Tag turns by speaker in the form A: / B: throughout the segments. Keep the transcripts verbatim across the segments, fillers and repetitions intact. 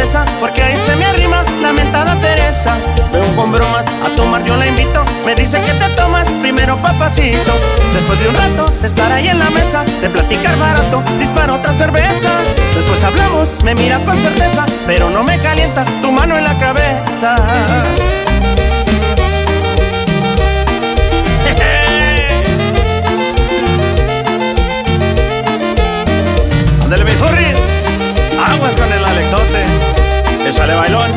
A: cerveza, porque ahí se me arrima la mentada Teresa. Veo con bromas, a tomar yo la invito. Me dice que te tomas primero, papacito. Después de un rato de estar ahí en la mesa, de platicar barato, disparo otra cerveza. Después hablamos, me mira con certeza, pero no me calienta tu mano en la cabeza. Ándale, mi furris, aguas con el Alexote, échale bailón.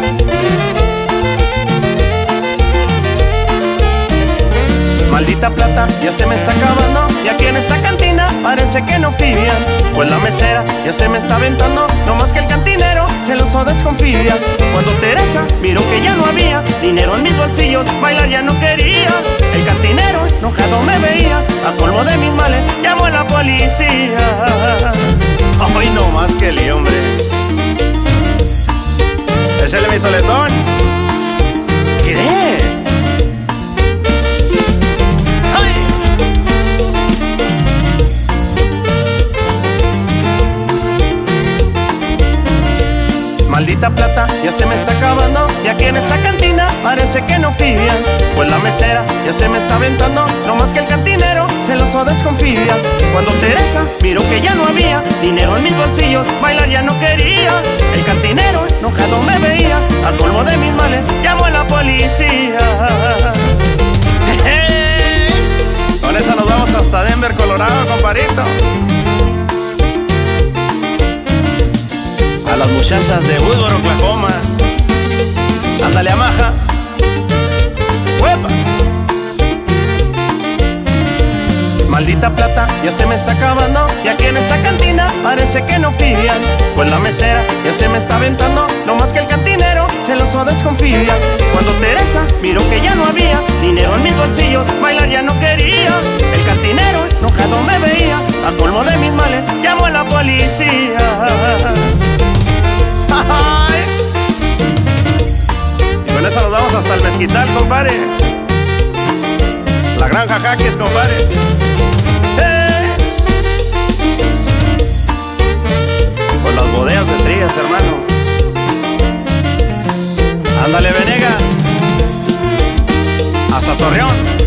A: Maldita plata, ya se me está acabando, y aquí en esta cantina parece que no fían. Pues la mesera ya se me está aventando, no más que el cantinero celoso desconfía. Cuando Teresa miró que ya no había dinero en mis bolsillos, bailar ya no quería. El cantinero enojado me veía, a colmo de mis males llamó a la policía. Ay, no más que el hombre. Ese es mi toletón. ¿Qué? Maldita plata, ya se me está acabando, y aquí en esta cantina parece que no fían. Pues la mesera ya se me está aventando, no más que el cantinero celoso desconfía. Cuando Teresa miró que ya no había dinero en mis bolsillos, bailar ya no quería. El cantinero enojado me veía, a colmo de mis males llamó a la policía. Con esa nos vamos hasta Denver, Colorado, comparito. A las muchachas de Woodward, Oklahoma. Ándale, amaja. ¡Huepa! Maldita plata, ya se me está acabando, y aquí en esta cantina parece que no fían. Pues la mesera ya se me está aventando, no más que el cantinero celoso desconfía. Cuando Teresa miró que ya no había dinero en mis bolsillos, bailar ya no quería. El cantinero enojado me veía, a colmo de mis males llamó a la policía. Ay. Y con eso nos vamos hasta el Mezquital, compadre. La Granja Jaques, compadre. ¡Eh! Con las bodegas de Trías, hermano. Ándale, Venegas. Hasta Torreón.